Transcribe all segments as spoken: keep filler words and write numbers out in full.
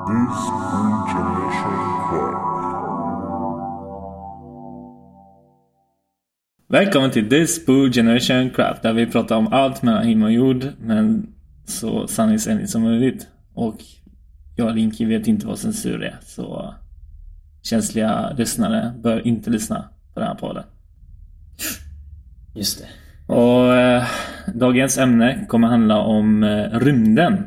Välkommen till This Boo Generation Craft, där vi pratar om allt mellan himmel och jord, men så sanningsenligt som möjligt. Och jag och Linky vet inte vad censur är, så känsliga lyssnare bör inte lyssna på den här podden. Just det. Och eh, dagens ämne kommer handla om eh, rymden.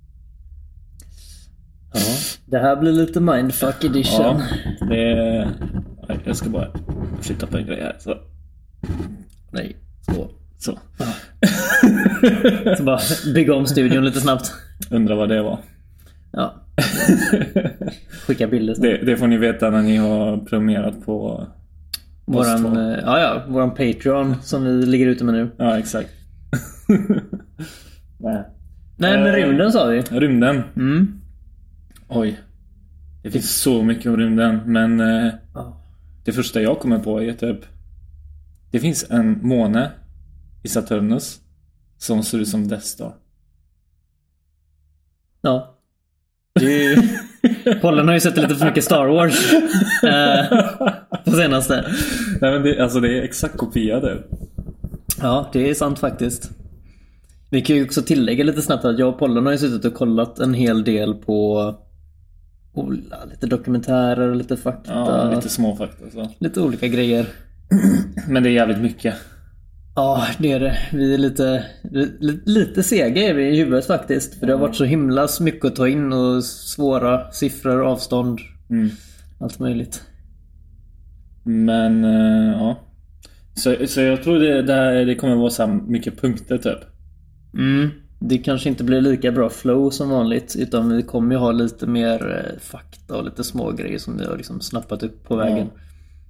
Ja, det här blir lite mindfuck edition. Ja, det är... Jag ska bara flytta på en grej här, så... Nej, så, så. Ja. Så bara bygga om studion lite snabbt. Undrar vad det var. Ja. Skicka bilder. Det, det får ni veta när ni har prenumererat på våran, ja, ja, våran Patreon som vi ligger ute med nu. Ja, exakt. Nej. Nej, men rymden sa vi. Rymden. Mm. Oj. Det finns så mycket om rymden, men eh, oh. det första jag kommer på är typ det finns en måne i Saturnus som ser ut som Death Star. Ja. Du... Pollen har ju sett lite för mycket Star Wars eh, på senaste. Nej, men det, alltså det är exakt kopia där. Ja, det är sant faktiskt. Vi kan ju också tillägga lite snabbt att jag och Pollen har ju suttit och kollat en hel del på oh, lite dokumentärer och lite fakta. Ja, lite små fakta så. Lite olika grejer. Men det är jävligt mycket. Ja, det är det. Vi är lite, lite sega är vi i huvudet faktiskt. För det har varit så himla mycket att ta in och svåra siffror, avstånd. Mm. Allt möjligt. Men, uh, ja. Så, så jag tror det, det, det kommer vara så mycket punkter typ. Mm. Det kanske inte blir lika bra flow som vanligt. Utan vi kommer ju ha lite mer eh, fakta och lite små grejer som vi har liksom snappat upp på vägen. Ja.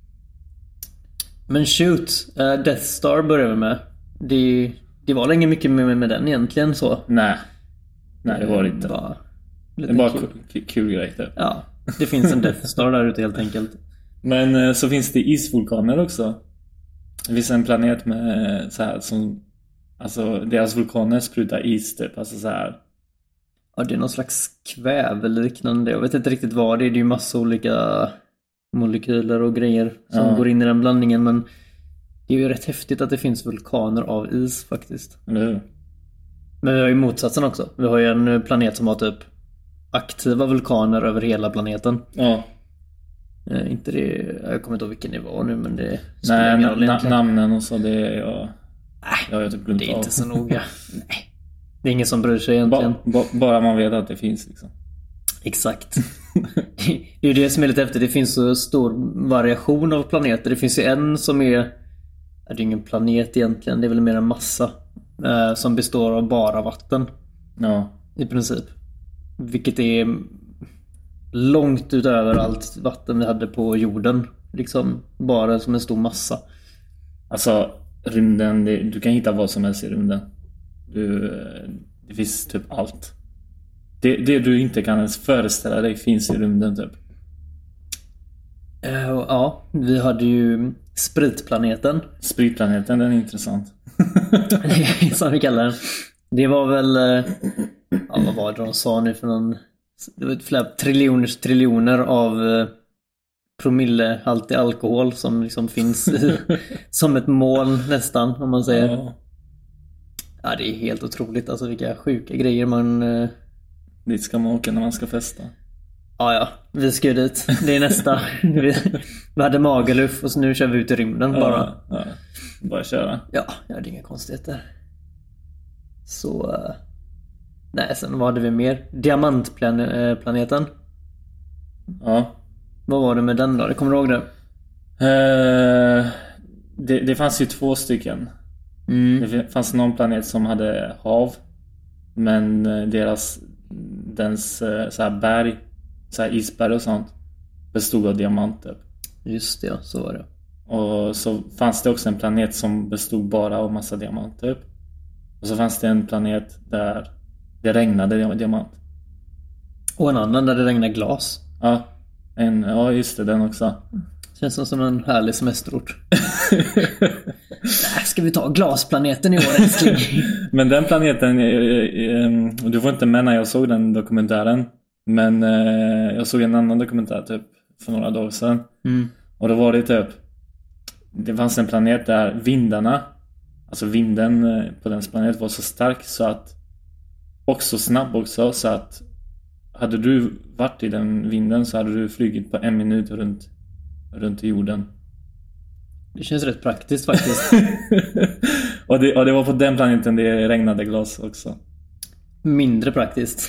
Men shoot, uh, Death Star börjar vi med. Det, det var länge mycket med, med den egentligen så. Nej, Nej det var det inte. Bara det är bara kul, kul, kul grej där. Ja, det finns en Death Star där ute helt enkelt. Men uh, så finns det isvulkaner också. Det finns en planet med så här som... Alltså deras vulkaner sprutar is typ. Alltså så här. Ja, det är någon slags kväveliknande. Jag vet inte riktigt vad det är. Det är ju massa olika... molekyler och grejer som ja. går in i den blandningen, men det är ju rätt häftigt att det finns vulkaner av is faktiskt. Mm. Men vi har ju motsatsen också. Vi har ju en planet som har typ aktiva vulkaner över hela planeten. Ja. Eh, inte det, jag kommer inte ihåg vilken nivå nu, men det nej, na- na- namnen och så det är jag. Nej, jag har typ glömt det är av. inte så noga. Nej. Det är ingen som bryr sig egentligen. Ba- ba- bara man vet att det finns liksom. Exakt. Det är ju det som är lite efter. Det finns så stor variation av planeter. Det finns ju en som är... Det är ingen planet egentligen. Det är väl mer en massa. Eh, som består av bara vatten. Ja. I princip. Vilket är långt utöver allt vatten vi hade på jorden. Liksom bara som en stor massa. Alltså rymden, det, du kan hitta vad som helst i rymden. Du, det finns typ allt. Det, det du inte kan ens föreställa dig finns i rymden typ. Uh, ja, vi hade ju spritplaneten. Spritplaneten, den är intressant. Som vi kallar den. Det var väl... Ja, vad var det de sa nu för någon... Det var flera triljoner, triljoner av uh, promillehaltig alkohol som liksom finns i, som ett moln nästan, om man säger. Ja. Ja, det är helt otroligt. Alltså vilka sjuka grejer man... Uh, Dit ska man åka när man ska festa. Ja, ja. Vi ska ju dit. Det är nästa. vi, vi hade Magaluf och så nu kör vi ut i rymden ja, bara. Ja, bara köra. Ja, ja, det är inga konstigheter. Så... Uh, nej, sen vad hade vi mer? Diamantplaneten. Ja. Vad var det med den då? Det kommer du ihåg det? Uh, det, det fanns ju två stycken. Mm. Det fanns någon planet som hade hav. Men deras dens så här berg, så här isberg och sånt bestod av diamanter. Just det, ja, så var det. Och så fanns det också en planet som bestod bara av massa diamanter. Och så fanns det en planet där det regnade diamant. Och en annan där det regnade glas. Ja, en, ja just det, den också. Känns som, som en härlig semesterort. Där ska vi ta glasplaneten i år, älskling. Men den planeten, du var inte med när jag såg den dokumentären. Men eh, jag såg en annan dokumentär typ för några dagar sedan. Mm. Och då var det typ, det fanns en planet där vindarna, alltså vinden på den planet var så stark så att, och så snabb också, så att hade du varit i den vinden så hade du flugit på en minut runt, runt jorden. Det känns rätt praktiskt faktiskt. och, det, och det var på den planeten det regnade glas också. Mindre praktiskt.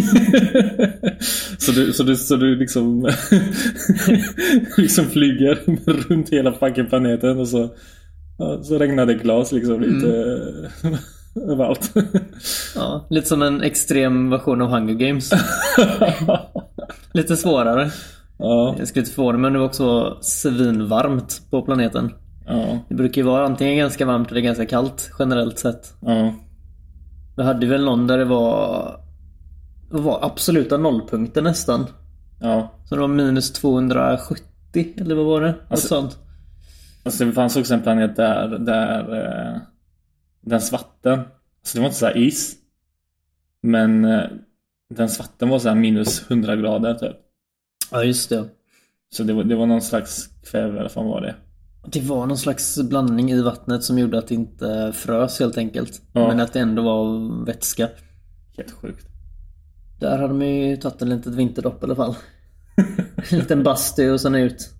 så, du, så, du, så du liksom liksom flyger runt hela fucking planeten och så, ja, så regnade glas liksom lite mm. överallt. Ja, lite som en extrem version av Hunger Games. Lite svårare. Ja. Jag skulle inte få det, men det var också svinvarmt på planeten. Ja. Det brukar ju vara antingen ganska varmt eller ganska kallt generellt sett. Ja. Vi hade väl någon där det var det var absoluta nollpunkter nästan. Ja. Så det var minus tvåhundrasjuttio eller vad var det? Något alltså, sånt. Alltså det fanns också en planet där där eh, dens vatten, alltså det var inte så här is, men eh, dens vatten var så här minus hundra grader typ. Ja, just det. Så det var, det var någon slags kväve eller vad var det? Det var någon slags blandning i vattnet som gjorde att det inte frös helt enkelt. Ja. Men att det ändå var vätska. Helt sjukt. Där hade man ju tagit en litet vinterdopp i alla fall. En liten bastu och sen ut.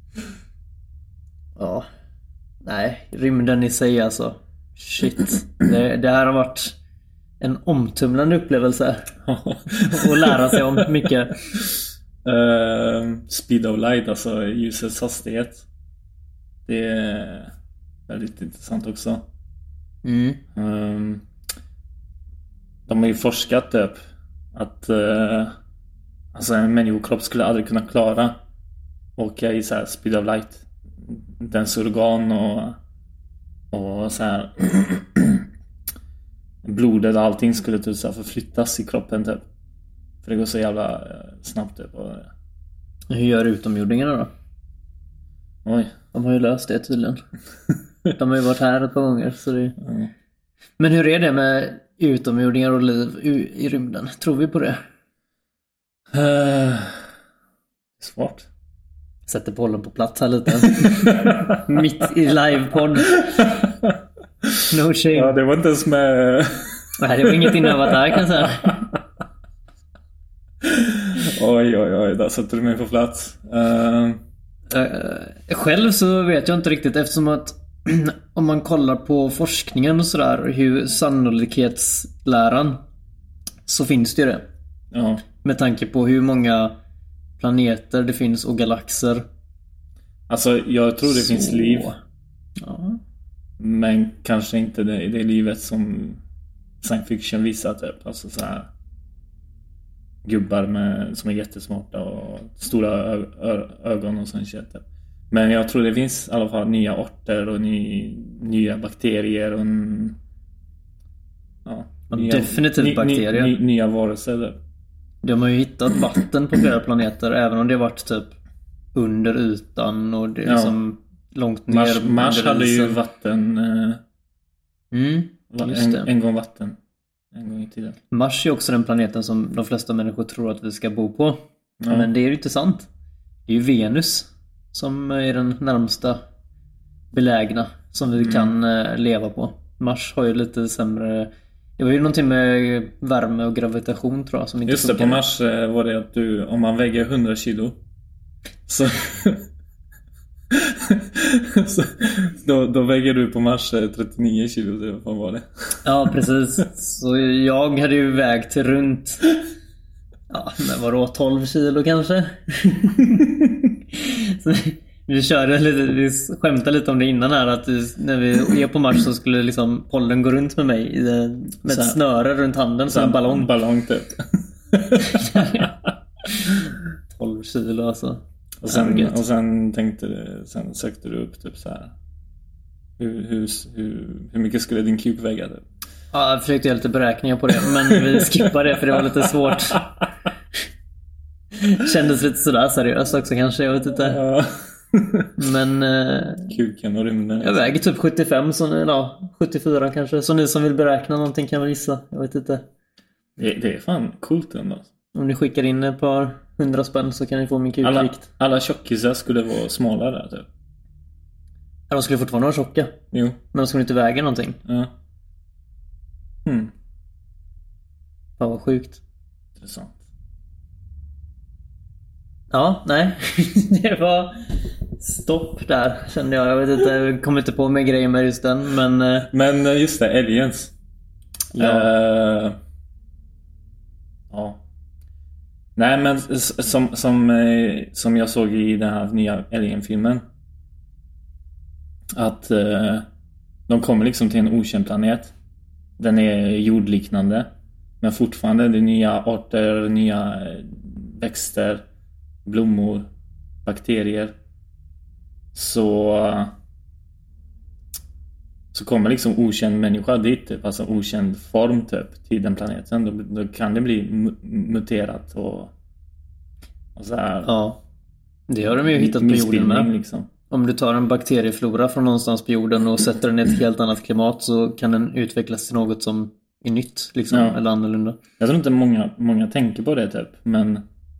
Ja. Nej, rymden i sig alltså. Shit. Det, det här har varit en omtumlande upplevelse. Och lära sig om mycket. Uh, speed of light, alltså ljusets hastighet. Det är väldigt intressant också. Mm. Um, de har ju forskat typ att uh, alltså en människokropp skulle aldrig kunna klara åka i så här speed of light. Dens organ och och så här blodet och allting skulle typ så här förflyttas i kroppen typ. För det går så jävla snabbt typ. Och... Hur gör utomjordingarna då? Oj. De har ju löst det tydligen. De har ju varit här ett par gånger. Så det... mm. Men hur är det med utomjordingar och liv i rymden? Tror vi på det? Uh, svårt. Sätter bollen på plats här lite. Mitt i livepodd. No shame. Ja, det var inte ens med... Nej, det var inget inövat här kan jag säga. Oj, oj, oj. Där sätter du mig på plats. Uh... Uh, själv så vet jag inte riktigt, eftersom att om man kollar på forskningen och sådär, hur sannolikhetsläran, så finns det ju det. Ja. Med tanke på hur många planeter det finns och galaxer. Alltså, jag tror det så... finns liv. Ja. Men kanske inte det, det livet som science fiction visar typ. Alltså så här gubbar med, som är jättesmarta och stora ö- ö- ögon och sånt shit typ. Men jag tror det finns i alla fall nya arter och ny, nya bakterier och en, ja, nya, definitivt ny, bakterier. Ny, ny, nya varelser typ. De har ju hittat vatten på flera planeter, även om det har varit typ under ytan och det är ja. Liksom långt ner. Mars, Mars hade ju vatten eh, mm, just det. En, en gång vatten. En gång i tiden. Mars är också den planeten som de flesta människor tror att vi ska bo på. Ja. Men det är ju inte sant. Det är ju Venus som är den närmsta belägna som vi mm. kan uh, leva på. Mars har ju lite sämre... Det var ju någonting med värme och gravitation tror jag som inte just det, funkar. på Mars uh, var det att du, om man väger hundra kilo så... så då, då väger du på Mars trettionio kilo, det vad var det? Ja, precis. Så jag hade ju vägt runt ja, men vadå, tolv kilo kanske. Så vi körde lite, vi skämtade lite om det innan här, att när vi är på Mars så skulle liksom pollen gå runt med mig med ett snöre runt handen som en ballong. Ballong typ. tolv kilo alltså. Och sen, och sen tänkte du, sen sökte du upp typ så här. Hur, hur, hur, hur mycket skulle din kuk väga typ? Ja, jag försökte göra lite beräkningar på det, men vi skippade det för det var lite svårt. Kändes lite sådär seriöst också kanske, jag vet inte. Ja. Men eh, kuken och rymden. Jag väger typ sjuttiofem, så ni, ja, sjuttiofyra kanske. Så ni som vill beräkna någonting kan väl gissa, jag vet inte. Det, det är fan coolt ändå. Om ni skickar in ett par hundra spänn så kan ni få min Alla, kukvikt. alla tjockisar skulle vara smala där typ. Ja, de skulle fortfarande vara tjocka. Jo. Men de skulle inte väga någonting. Ja. Hmm. Fan vad sjukt. Intressant. Ja, nej. Det var stopp där, kände jag. Jag vet inte, jag kom inte på med grejer med just den, men... eh, Men just det, aliens. Ja. Eh, ja. Nej, men s- som, som, eh, som jag såg i den här nya Alien-filmen. Att eh, de kommer liksom till en okänd planet. Den är jordliknande. Men fortfarande det är nya arter, nya eh, växter, blommor, bakterier. Så så kommer liksom okänd människa dit typ, alltså okänd form typ till den planeten. Då, då kan det bli mu- muterat och, och så här. Ja. Det har de ju hittat på jorden missbildning med. liksom. Om du tar en bakterieflora från någonstans på jorden och sätter den i ett helt annat klimat så kan den utvecklas till något som är nytt liksom, Ja. eller annorlunda. Jag tror inte många, många tänker på det typ, men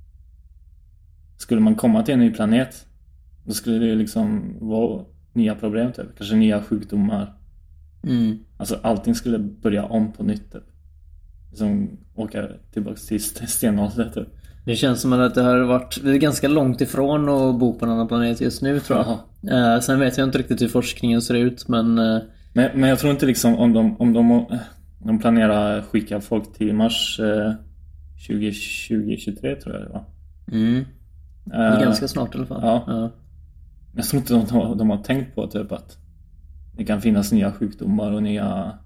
skulle man komma till en ny planet då skulle det liksom vara nya problem typ, kanske nya sjukdomar. Mm. Alltså allting skulle börja om på nytt typ. Som åka tillbaka till stenåldern typ. Det känns som att det har varit det är ganska långt ifrån att bo på en annan planet just nu, tror jag. Eh, sen vet jag inte riktigt hur forskningen ser ut, men... Eh, Men, men jag tror inte liksom om de, om de, de planerar skicka folk till Mars eh, tjugo tjugotre tror jag det var. mm. Det är ganska snart i alla fall. Ja. Ja. Jag tror inte de, de, de har tänkt på typ att det kan finnas nya sjukdomar och nya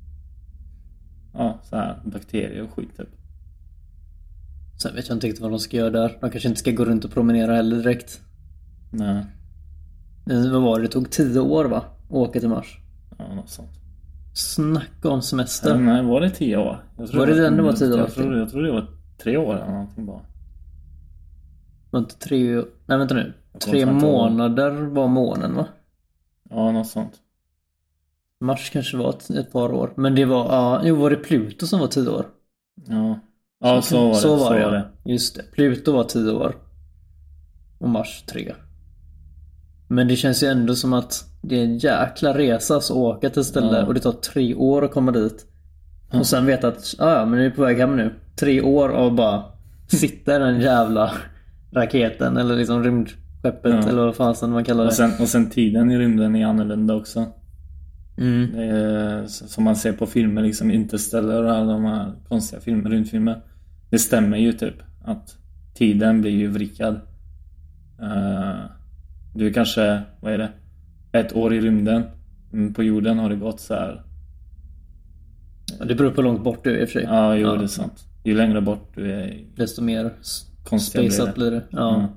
ja, så här, bakterier och skit typ. Sen vet jag inte riktigt vad de ska göra där. De kanske inte ska gå runt och promenera heller direkt. Nej. Men vad var det? Det tog tio år, va? Att åka till Mars. Ja, något sånt. Snacka om semester. Ja, nej, var det tio år? Jag tror Var det den det var tio år? Jag tror, jag tror det var tre år eller någonting bara. Var inte tre... Nej, vänta nu. Jag kommer Tre inte ihåg. månader var månen, va? Ja, något sånt. Mars kanske var ett, ett par år. Men det var... Ja, jo, var det Pluto som var tio år? Ja, ja så var det. Så var, så det, var ja. det. Just det. Pluto var tio år. Och Mars tre. Men det känns ju ändå som att det är en jäkla resa att åka till ett ställe. Ja. Och det tar tre år att komma dit. Och sen veta att ah, ja, men vi är på väg hem nu. Tre år av bara sitta i den jävla raketen. Eller liksom rymdskeppet. Ja. Eller vad fasen man kallar det. Och sen, och sen tiden i rymden är annorlunda också. Mm. Det är, som man ser på filmer, liksom Interstellar och alla de här konstiga filmer, rymdfilmer. Det stämmer ju typ att tiden blir ju vrickad. Uh, du är kanske, vad är det? Ett år i rymden. Men på jorden har det gått så här. Ja, det beror på hur långt bort du är i och för sig. Ja, jo, Ja. det är sant. Ju längre bort du är, Desto mer s- konstigare blir spaceat det. blir det. Ja. Ja.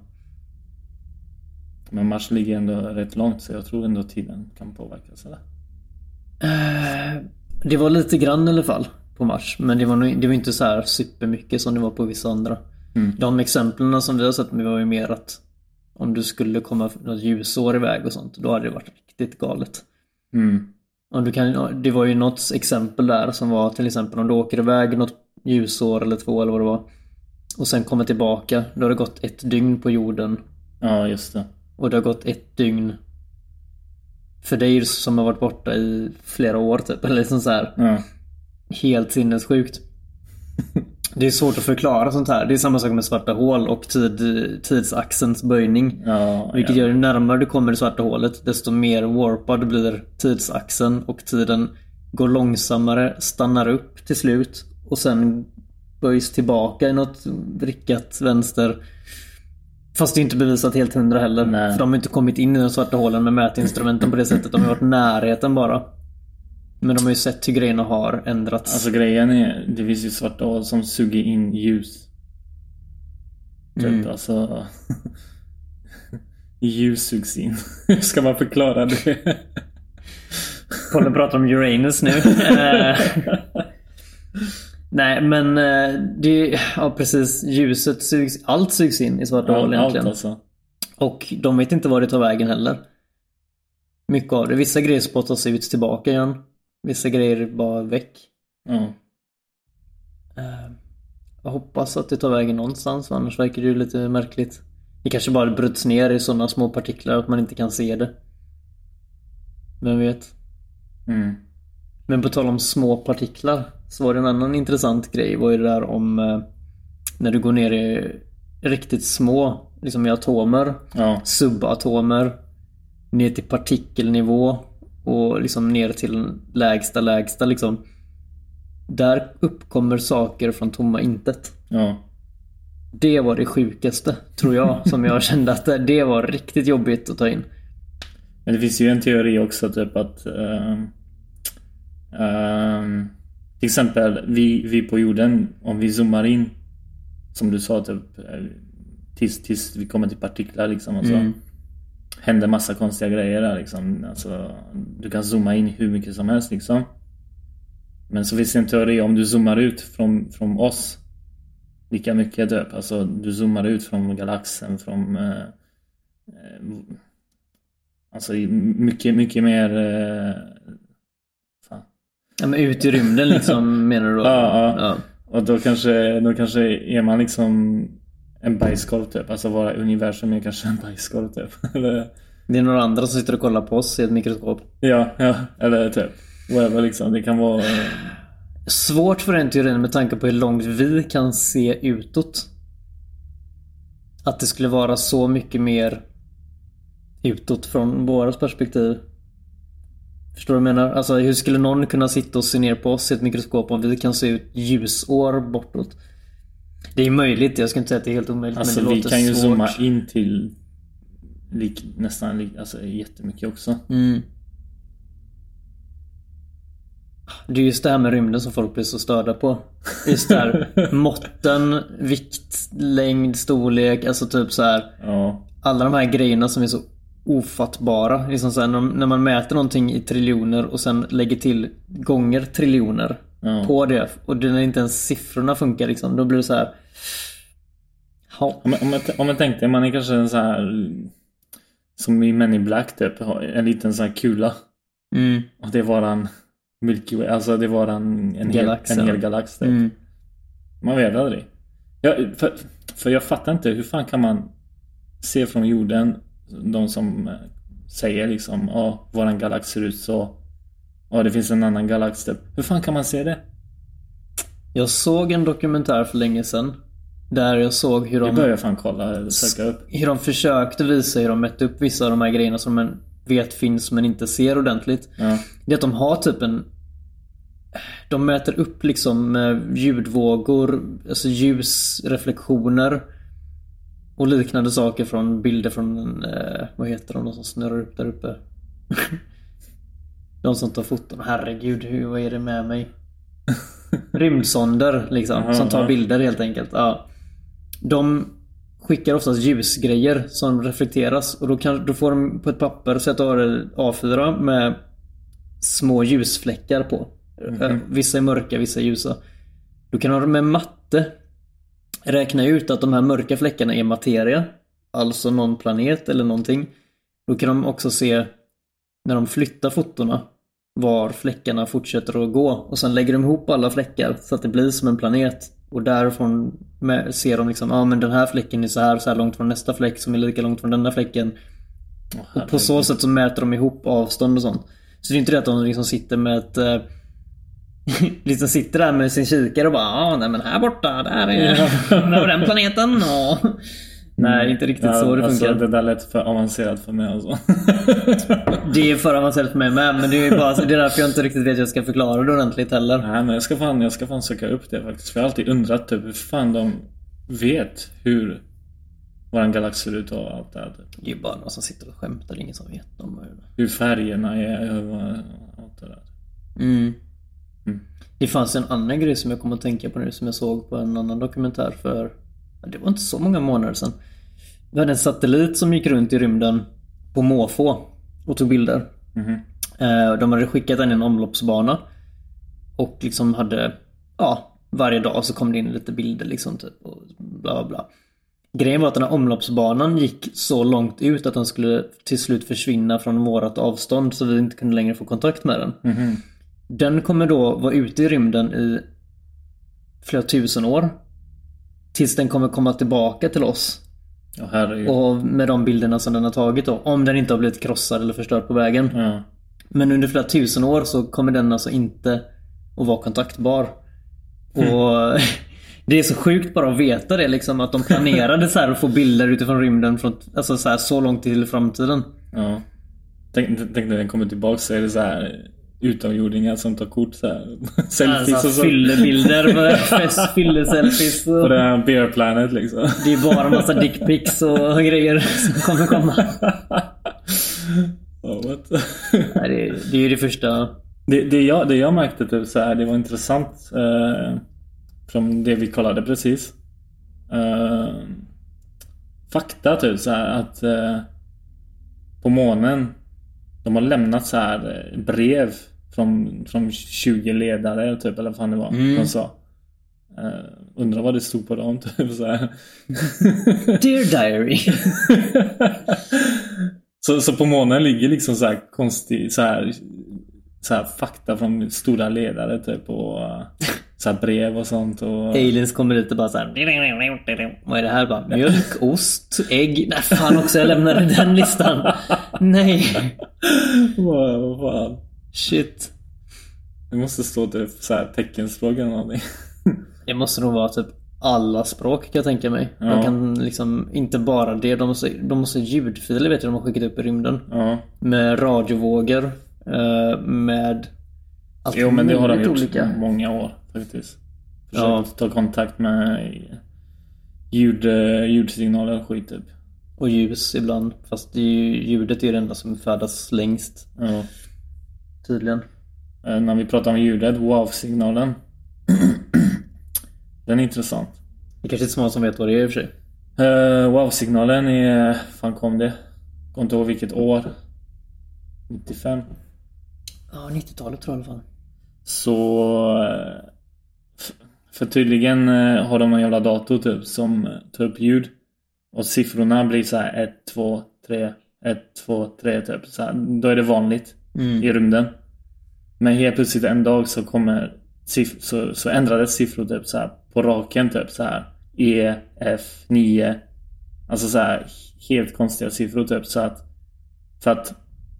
Men Mars ligger ändå rätt långt, så jag tror ändå tiden kan påverkas eller? Eh, Det var lite grann i alla fall på Mars. Men det var, nog, det var inte så här supermycket som det var på vissa andra. Mm. De exemplen som vi har sett med var ju mer att om du skulle komma något ljusår iväg och sånt, då hade det varit riktigt galet. Mm. Om du kan, det var ju något exempel där som var till exempel om du åker iväg något ljusår eller två eller vad det var. Och sen kommer tillbaka, då har det gått ett dygn på jorden. Ja, just det. Och det har gått ett dygn för dig som har varit borta i flera år typ. Eller liksom så här. Ja. Helt sinnessjukt. Det är svårt att förklara sånt här. Det är samma sak med svarta hål och tid, tidsaxelns böjning. Ja, Vilket ja. gör ju närmare du kommer det svarta hålet, desto mer warpad blir tidsaxeln. Och tiden går långsammare, stannar upp till slut. Och sen böjs tillbaka i något vrickat vänster. Fast det är inte bevisat helt hundra heller. Nej. För de har inte kommit in i de svarta hålen med mätinstrumenten på det sättet. De har varit närheten bara. Men de har ju sett hur grejerna har ändrats. Alltså grejen är, det finns ju svarta hål som suger in ljus. Typ, Mm. alltså ljus sugs in. Hur ska man förklara det? Kolla pratar om Uranus nu. Eh, Nej, men eh, det, ja precis, ljuset sugs, allt sugs in i svarta hål Allt, egentligen. alltså. Och de vet inte var det tar vägen heller. Mycket av det. Vissa grejer spottas ut tillbaka igen. Vissa grejer är bara väck. Ja. Eh, Jag hoppas att det tar vägen någonstans, för annars verkar det ju lite märkligt. Det kanske bara bryts ner i sådana små partiklar att man inte kan se det. Vem vet? Mm. Men på tal om små partiklar, så var det en annan intressant grej. Var ju det där om eh, när du går ner i riktigt små, liksom i atomer, ja. subatomer, ner till partikelnivå och liksom ner till lägsta lägsta liksom. Där uppkommer saker från tomma intet. Ja. Det var det sjukaste, tror jag, som jag kände att det var riktigt jobbigt att ta in. Men det finns ju en teori också, typ att um, um, till exempel vi, vi på jorden, om vi zoomar in, som du sa, typ tills, tills vi kommer till partiklar liksom, och så mm. händer massa konstiga grejer där liksom. Alltså, du kan zooma in hur mycket som helst liksom. Men så finns det en teori, om du zoomar ut från, från oss lika mycket typ, alltså du zoomar ut från galaxen, från eh, eh, alltså mycket, mycket mer eh, fan. Ja, men ut i rymden liksom, menar du då? Ja, ja. ja. Och då kanske, då kanske är man liksom en bajskorv typ, alltså våra universum är kanske en bajskorv typ. Eller... Det är några andra som sitter och kollar på oss i ett mikroskop. Ja, ja, eller typ whatever liksom, det kan vara svårt för den teorin med tanke på hur långt vi kan se utåt. Att det skulle vara så mycket mer utåt från våra perspektiv. Förstår du vad jag menar? Alltså hur skulle någon kunna sitta och se ner på oss i ett mikroskop om vi kan se ut ljusår bortåt? Det är möjligt, jag ska inte säga att det är helt omöjligt, alltså, men det vi låter kan ju svårt. Zooma in till lik, nästan lik, alltså jättemycket också. Mm. Det är just det här med rymden som folk blir så störda på. Just där måtten, vikt, längd, storlek, alltså typ så här. Ja. Alla de här grejerna som är så ofattbara. Liksom så här, när, när man mäter någonting i triljoner och sen lägger till gånger triljoner ja. På det. Och det, när inte ens siffrorna funkar liksom, då blir det så här. Ja. Om, om, jag, om jag tänkte, man är kanske en så här som i Men in Black typ, en liten så här kula. Mm. Och det var en Milky Way, alltså det var en, en, galax, hel, en ja. hel galax typ. Mm. Man vet aldrig. Jag, för, för jag fattar inte, hur fan kan man se från jorden, de som säger liksom, ja, ah, våran galax ser ut så, ja, ah, det finns en annan galax typ. Hur fan kan man se det? Jag såg en dokumentär för länge sedan där jag såg hur de... Jag börjar fan kolla, söka upp. Hur de försökte visa hur de mätte upp vissa av de här grejerna som man vet finns men inte ser ordentligt. Ja. Det är att de har typ en... De mäter upp liksom ljudvågor, alltså ljusreflektioner och liknande saker från bilder från, eh, vad heter de, de som snurrar upp där uppe? De som tar foton. Herregud, hur, vad är det med mig? Rymdsonder liksom, aha, som tar aha. bilder helt enkelt. Ja. De skickar oftast ljusgrejer som reflekteras och då, kan, då får de på ett papper så att du har A fyra med små ljusfläckar på. Mm-hmm. Vissa är mörka, vissa är ljusa. Då kan de med matte räkna ut att de här mörka fläckarna är materia, alltså någon planet eller någonting. Då kan de också se när de flyttar fotorna var fläckarna fortsätter att gå, och sen lägger de ihop alla fläckar så att det blir som en planet, och därifrån ser de liksom, ja ah, men den här fläcken är så här så här långt från nästa fläck som är lika långt från denna fläcken. Oh, och på så sätt så mäter de ihop avstånd och sånt. Så det är inte det att de liksom sitter med ett eh, liksom sitter där med sin kikare och bara, ja ah, nej men här borta, där är där den planeten och... Nej, inte riktigt ja, så det alltså, funkar. Det där lät för avancerat för mig alltså. Det är för avancerat för mig med, men det är bara det är därför jag inte riktigt vet hur jag ska förklara det ordentligt heller. Nej, men jag ska fan, jag ska fan söka upp det faktiskt. För jag har alltid undrat typ hur fan de vet hur våran galax ser ut och allt det här typ. Det är ju bara någon som sitter och skämtar, ingen som vet om hur färgerna är och allt det där. Mm. Mm. Det fanns en annan grej som jag kom att tänka på nu, som jag såg på en annan dokumentär för, det var inte så många månader sedan. Vi hade en satellit som gick runt i rymden på måfå och tog bilder. Mm-hmm. De hade skickat den i en omloppsbana och liksom hade, ja, varje dag så kom det in lite bilder liksom typ och bla bla bla. Grejen var att den här omloppsbanan gick så långt ut att den skulle till slut försvinna från vårat avstånd, så vi inte kunde längre få kontakt med den. Mm-hmm. Den kommer då vara ute i rymden i flera tusen år. tills den kommer komma tillbaka till oss. Ja, herregud. Och med de bilderna som den har tagit då. Om den inte har blivit krossad eller förstörd på vägen. Ja. Men under flera tusen år så kommer den alltså inte att vara kontaktbar. Och det är så sjukt bara att veta det liksom, att de planerade så här att få bilder utifrån rymden från, alltså så här, så långt till i framtiden. Ja. Tänk, tänk när den kommer tillbaka så är det så här utomjordingar som tar kort så här. Selfies alltså, och så. Fyllebilder, fest, fylle-selfies. Och... På det här Bear Planet liksom. Det är bara en massa dickpics och grejer som kommer komma. Oh, what? Nej, det, är, det är ju det första. Det, det, jag, det jag märkte typ så här, det var intressant eh, från det vi kollade precis. Eh, fakta typ så här att eh, på månen de har lämnat så här brev från, från tjugo ledare typ, eller vad fan det var. Mm. De sa. Uh, undrar vad det stod på dem typ så här. Dear Diary. så, så på månen ligger liksom så här konstig så här, så här fakta från stora ledare typ, och uh, så här brev och sånt och... Aliens kommer dit och bara så här. Vad är det här? Bara, mjölk, ost, ägg. Nej fan också, jag lämnade den listan. Nej. Vad wow, fan. Shit. Det måste stå typ så här teckenspråk eller någonting. Det måste nog vara typ alla språk, kan jag tänka mig. Ja. De kan liksom inte bara det. De måste, de måste ljudfiler, vet jag, de har skickat upp i rymden. Ja. Med radiovågor. Med allt. Jo, men det har de gjort olika. Många år faktiskt. Försökt Ja. ta kontakt med ljud, ljudsignaler och skit typ. Och ljus ibland. Fast det är ju, ljudet är det enda som färdas längst. Ja. Tydligen. Eh, när vi pratar om ljudet, wow-signalen. Den är intressant. Det är kanske inte så många som vet vad det är i och för sig. Uh, wow-signalen är... fan kom det? Jag kommer inte ihåg vilket år. nittiofem. Ja, nittiotalet tror jag i alla fall. Så... Uh, för tydligen uh, har de en jävla dator typ som uh, tar upp ljud. Och siffrorna blir så här ett, två, tre, ett, två, tre typ. Så här, då är det vanligt mm. i rymden. Men helt plötsligt en dag så kommer... Siff- så, så ändrades siffror typ så här på raken typ så här E, F, nio. Alltså så här helt konstiga siffror typ, så att för att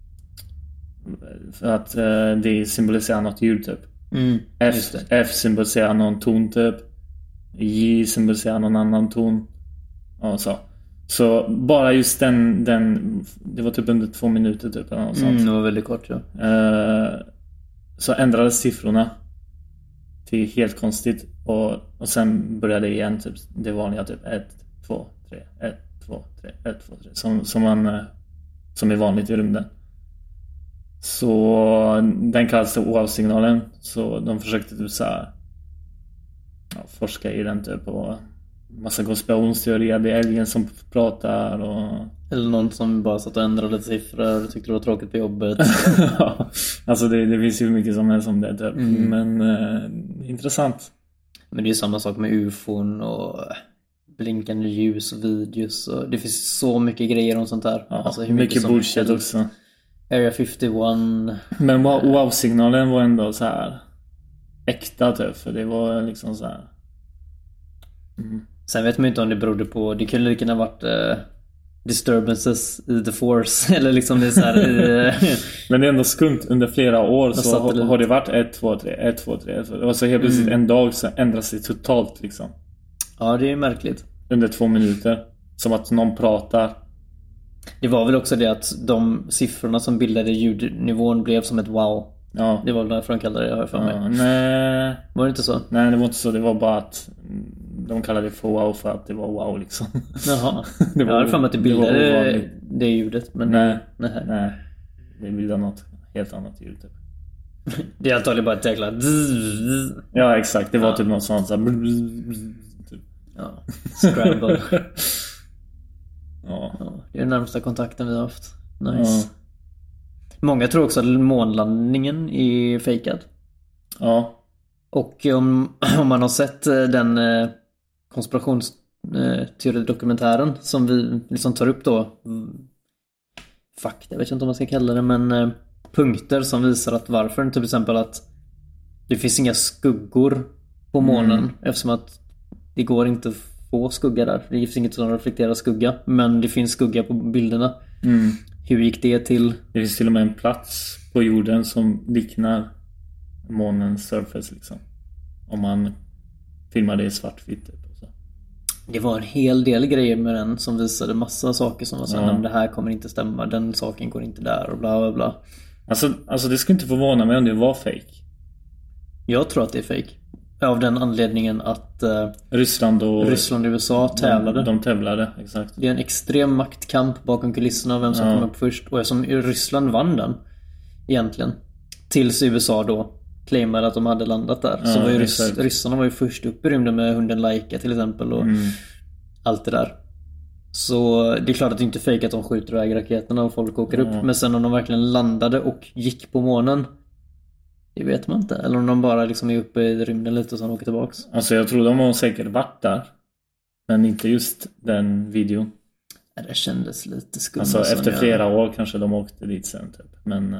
för att uh, det symboliserar något ljud typ. Mm, F, F symboliserar någon ton typ. J symboliserar någon annan ton. Och så. Så bara just den, den det var typ under två minuter typ eller något sånt. Mm, det var väldigt kort, ja. Uh, så ändrades siffrorna till helt konstigt, och, och sen började det igen typ det vanliga typ ett, två, tre, ett, två, tre, ett, två, tre som, som, man, som är vanligt i rymden. Så den kallas wow-signalen. Så de försökte typ så här, ja, forska i den typ, och massa konspirationsteorier. Det är alien som pratar och... Eller någon som bara satt och ändrade siffror och tyckte det var tråkigt på jobbet. Ja, alltså det, det finns ju mycket som helst om det typ. Mm. Men eh, intressant. Men det är ju samma sak med U F O och blinkande ljus och videos. Och det finns så mycket grejer om sånt här. Ja, alltså hur mycket, mycket bullshit helst. också. Area femtioett. Men wow-signalen var ändå så här äkta typ. För det var liksom så här. Mm. Sen vet man inte om det berodde på... Det kunde lika gärna varit... Uh, disturbances i the force. Eller liksom det är så här i, men det är ändå skumt. Under flera år så har, har det varit ett, två, tre, ett, två, tre. Och så helt plötsligt mm. en dag så ändras det totalt liksom. Ja, det är märkligt. Under två minuter. Som att någon pratar. Det var väl också det att de siffrorna som bildade ljudnivån blev som ett wow. Ja. Det var väl därför de kallade det, jag har för mig. Ja, nej. Var det inte så? Nej, det var inte så. Det var bara att de kallade det för wow för att det var wow liksom. Jaha. Det var, jag har för mig att det bildade det, det, det ljudet. Men nej, nej. nej. Det bildade något helt annat ljud typ. Det är antagligen bara ett jäkla... Ja, exakt. Det var ja. typ något sånt så här... typ. Ja, scramble. Ja. Ja, det är den närmsta kontakten vi har haft. Nice. Ja. Många tror också att månlandningen är fejkad. Ja. Och om, om man har sett den eh, konspirationsteori-dokumentären som vi liksom tar upp då. Fakta, jag vet inte om man ska kalla det, men eh, punkter som visar att varför. Till exempel att det finns inga skuggor på månen. Mm. Eftersom att det går inte att få skugga där. Det finns inget som reflekterar skugga, men det finns skugga på bilderna. Mm. Hur gick det till? Det finns till och med en plats på jorden som liknar månens surface liksom. Om man filmar det i svartvitt typ. Det var en hel del grejer med den som visade massa saker som var så här, ja. det här kommer inte stämma, den saken går inte där och bla bla bla. Alltså, alltså det skulle inte förvåna mig om det var fake. Jag tror att det är fake. Av den anledningen att uh, Ryssland och Ryssland och U S A tävlade. De, de tävlade, exakt. Det är en extrem maktkamp bakom kulisserna, vem som ja. kom upp först. Och som Ryssland vann den egentligen. Tills U S A då claimade att de hade landat där. Ja, så var ju rys- ryssarna var ju först upp i rymden med hunden Laika till exempel. Och mm. allt det där. Så det är klart att det inte är fake att de skjuter iväg raketerna och folk åker ja. upp. Men sen om de verkligen landade och gick på månen, det vet man inte. Eller om de bara liksom är uppe i rymden lite och sen åker tillbaks. Alltså jag tror de har säkert varit där. Men inte just den videon. Ja, det kändes lite skumt. Alltså efter jag... flera år kanske de åkte dit sen typ. Men...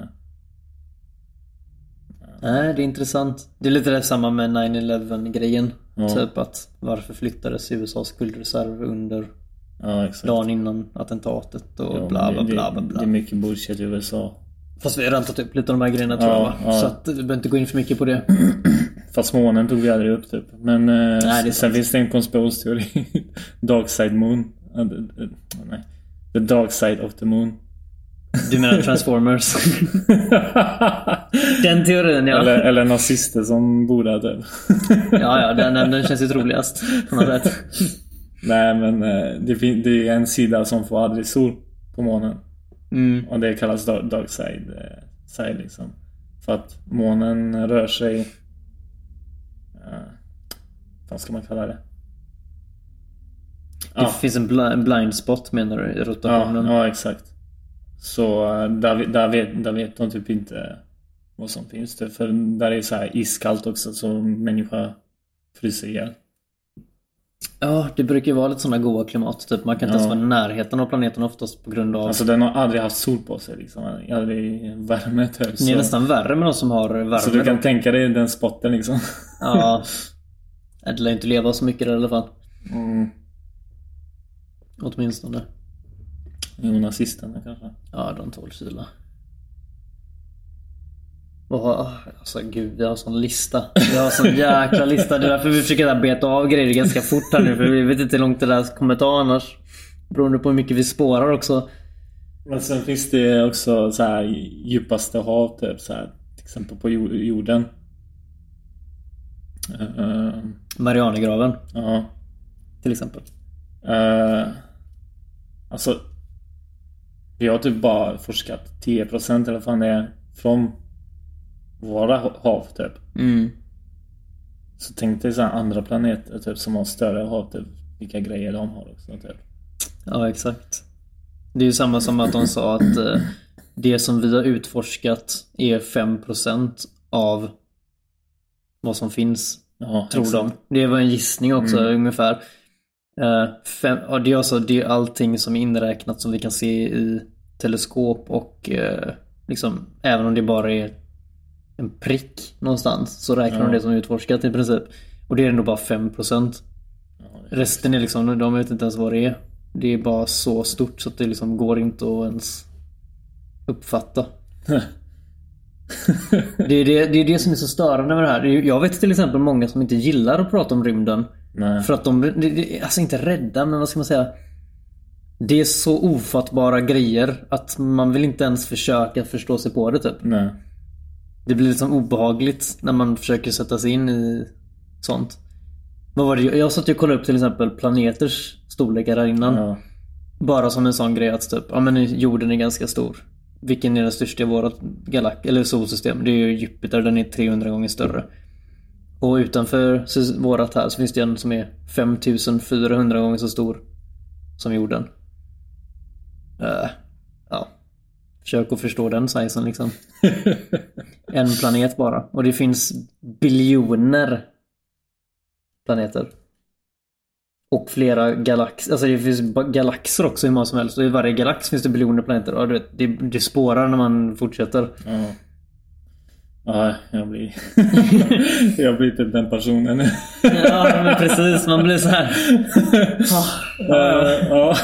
Nej, det är intressant. Det är lite det samma med nine eleven grejen. Ja. Typ att varför flyttades U S A:s guldreserv under ja, exakt. dagen innan attentatet och ja, bla bla det, bla bla bla. Det är mycket bullshit i U S A. Fast vi har redan tagit upp lite av de här grejerna tror ja, jag va? ja. Så att vi behöver inte gå in för mycket på det. Fast månen tog vi aldrig upp typ. Men eh, Nej, sen sant. Finns det en konspirationsteori. Dark side moon. Uh, uh, uh, nej. The dark side of the moon. Du menar Transformers? Den teorin, ja. Eller, eller nazister som bor där typ. Ja, ja, den, den känns ju troligast på något sätt. Nej, men eh, det, det är en sida som får aldrig sol på månen. Mm. Och det kallas dark, dark side, eh, side liksom. För att månen rör sig... Uh, vad ska man kalla det? Det ja. finns en, bl- en blind spot menar du i rotationen. Ja, ja exakt. Så där, där, vet, där vet de typ inte vad som finns det. För där är så här iskallt också så människa fryser ihjäl. Ja, det brukar ju vara lite sådana goda klimat typ. Man kan inte ja. ens vara i närheten av planeten oftast på grund av... Alltså den har aldrig haft sol på sig liksom. Aldrig värme typ. Så... Det är nästan värre med de som har värme. Så du kan då. tänka dig den spotten liksom. Ja. Det lär inte leva så mycket där, i alla fall. Mm. Åtminstone. Jo, nazisterna kanske. Ja, de tål kyla. Oh, alltså gud, vi har en sån lista. Vi har en sån jäkla lista. Det är därför vi försöker där beta av grejer ganska fort här nu. För vi vet inte hur långt det där kommer ta annars. Beroende på hur mycket vi spårar också. Men sen finns det också så här djupaste hav typ så här, till exempel på jorden. Uh, Marianergraven. Ja. Till exempel. Uh, alltså vi har typ bara forskat tio procent eller fan det är från våra hav typ. Mm. Så tänk dig så här andra planeter typ som har större hav typ, vilka grejer de har också typ. Ja, exakt. Det är ju samma som att de sa att eh, det som vi har utforskat är fem procent av vad som finns. Ja, tror exakt. de. Det var en gissning också mm. ungefär. Uh, fem, ja, det är alltså det är allting som är inräknat som vi kan se i teleskop och uh, liksom, även om det bara är en prick någonstans så räknar ja. de det som utforskat i princip. Och det är ändå bara fem procent. Ja, resten är liksom, de vet inte ens vad det är. Det är bara så stort så att det liksom går inte att ens uppfatta. det, är det, det är det som är så störande med det här. Jag vet till exempel många som inte gillar att prata om rymden. Nej. För att de är alltså inte rädda, men vad ska man säga, det är så ofattbara grejer att man vill inte ens försöka förstå sig på det typ. Nej. Det blir liksom obehagligt när man försöker sätta sig in i sånt. Vad var det? Jag satt ju och kollade upp till exempel planeters storlekar där innan. Ja. Bara som en sån grej att typ, ja men jorden är ganska stor. Vilken är den största i vårat galax eller solsystem? Det är ju Jupiter, den är trehundra gånger större. Och utanför vårat här så finns det en som är femtusen fyrahundra gånger så stor som jorden. Uh, ja. Försök att förstå den sizen liksom. En planet bara. Och det finns biljoner planeter. Och flera galaxer. Alltså det finns galaxer också hur många som helst. Och i varje galax finns det biljoner planeter. Och du vet, det, det spårar när man fortsätter. Ja. Ja, jag blir jag blir typ den personen. Ja, men precis, man blir så här. uh, ja.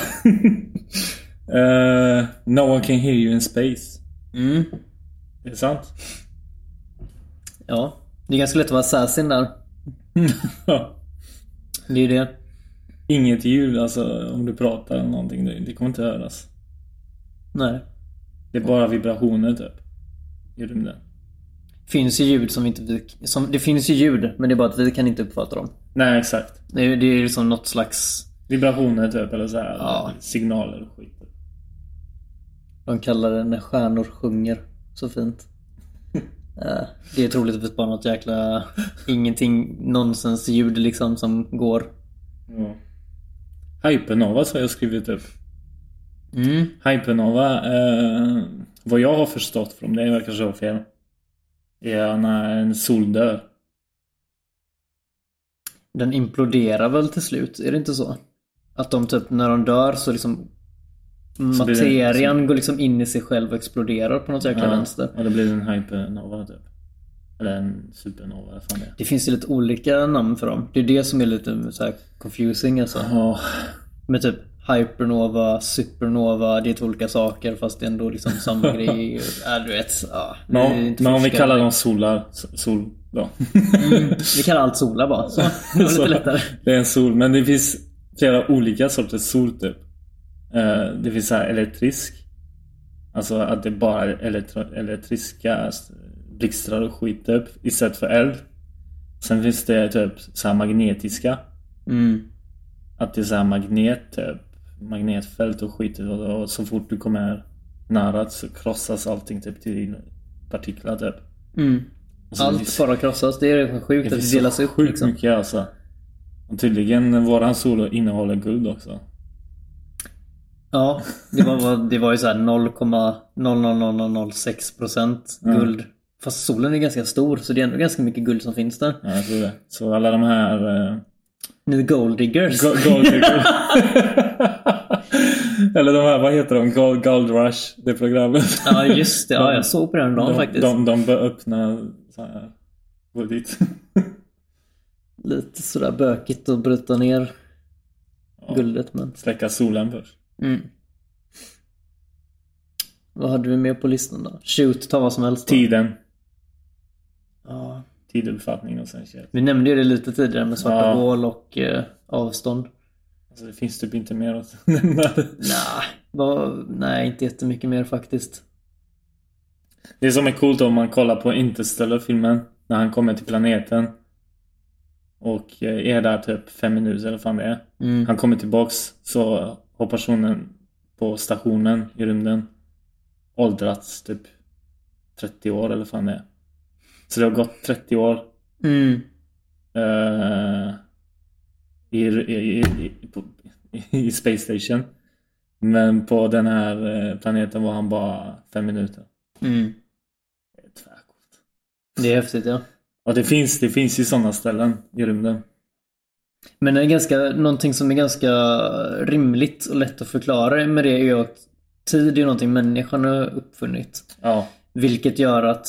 uh, no one can hear you in space. Mm. Det är sant. Ja, det är ganska lätt att vara assassin där. Ja. Det är ju det. Inget ljud, alltså om du pratar eller någonting, det, det kommer inte höras. Nej. Det är bara vibrationer typ. I rymden. Finns ju ljud som inte vi, som, det finns ju ljud, men det är bara att vi kan inte uppfatta dem. Nej, exakt. Det är, det är liksom något slags vibrationer typ, eller så här, ja. signaler och skit. De kallar det när stjärnor sjunger. Så fint. uh, Det är troligtvis bara något jäkla ingenting nonsens ljud liksom som går. Ja. Hypernova så har jag skrivit upp. Mm. Hypernova, eh, vad jag har förstått från det, verkar så fel, är när en sol dör. Den imploderar väl till slut, är det inte så? Att de typ, när de dör så liksom så materian det, så... går liksom in i sig själv och exploderar på något jäkla ja, vänster. Ja, det blir en hypernova typ. Eller en supernova, fan det. Det finns ju lite olika namn för dem. Det är det som är lite så här confusing alltså. Ja. Med typ hypernova, supernova, det är två olika saker fast det är ändå liksom samma grej. Ja, du vet. Ja, men men om vi kallar dem solar, sol då. Mm, vi kallar allt solar bara. Så det var lite lättare. Det är en sol, men det finns flera olika sorters sol typ. Uh, det finns så här elektrisk. Alltså att det bara är elektro- elektriska blixtrar och skit typ istället för eld. Sen finns det typ så här magnetiska. Mm. Att det är så här magnet typ, magnetfält och skit, och, och så fort du kommer nära så krossas allting typ till partiklar typ. Mm. Allt bara krossas, det är sjukt det att det delas upp sjukt liksom. Mycket alltså. Och tydligen våran sol innehåller guld också. Ja, det var, det var ju så här noll komma noll noll noll noll noll sex procent guld. Mm. Fast solen är ganska stor så det är ändå ganska mycket guld som finns där. Ja, jag tror det. Så alla de här eh... nu gold diggers. Go- gold diggers. Eller de här, vad heter de? Gold, gold Rush, det programmet. Ja, just det. Ja, jag såg på den dagen de, faktiskt. De, de bör öppna så här. Gå dit. Lite sådär bökigt att bryta ner ja, guldet, men släcka solen först. Mm. Vad hade vi med på listan då? Shoot, ta vad som helst då. Tiden. Ja. Tiduppfattning och sen kärlek. Vi nämnde ju det lite tidigare med svarta ja. hål och eh, avstånd. Alltså det finns typ inte mer att nämna. Nej, var, nej, inte jättemycket mer faktiskt. Det som är coolt om man kollar på Interstellar-filmen när han kommer till planeten och är där typ fem minuter eller fan det är. Mm. Han kommer tillbaks så har personen på stationen i rymden åldrats typ trettio år eller fan det är. Så det har gått trettio år mm. uh, i, i, i, på, i Space Station. Men på den här planeten var han bara fem minuter. Mm. Det är tvärcoolt. Det är häftigt, ja. Och det finns, det finns ju sådana ställen i rymden. Men det är ganska, någonting som är ganska rimligt och lätt att förklara med det är ju att tid är någonting människan har uppfunnit. Ja. Vilket gör att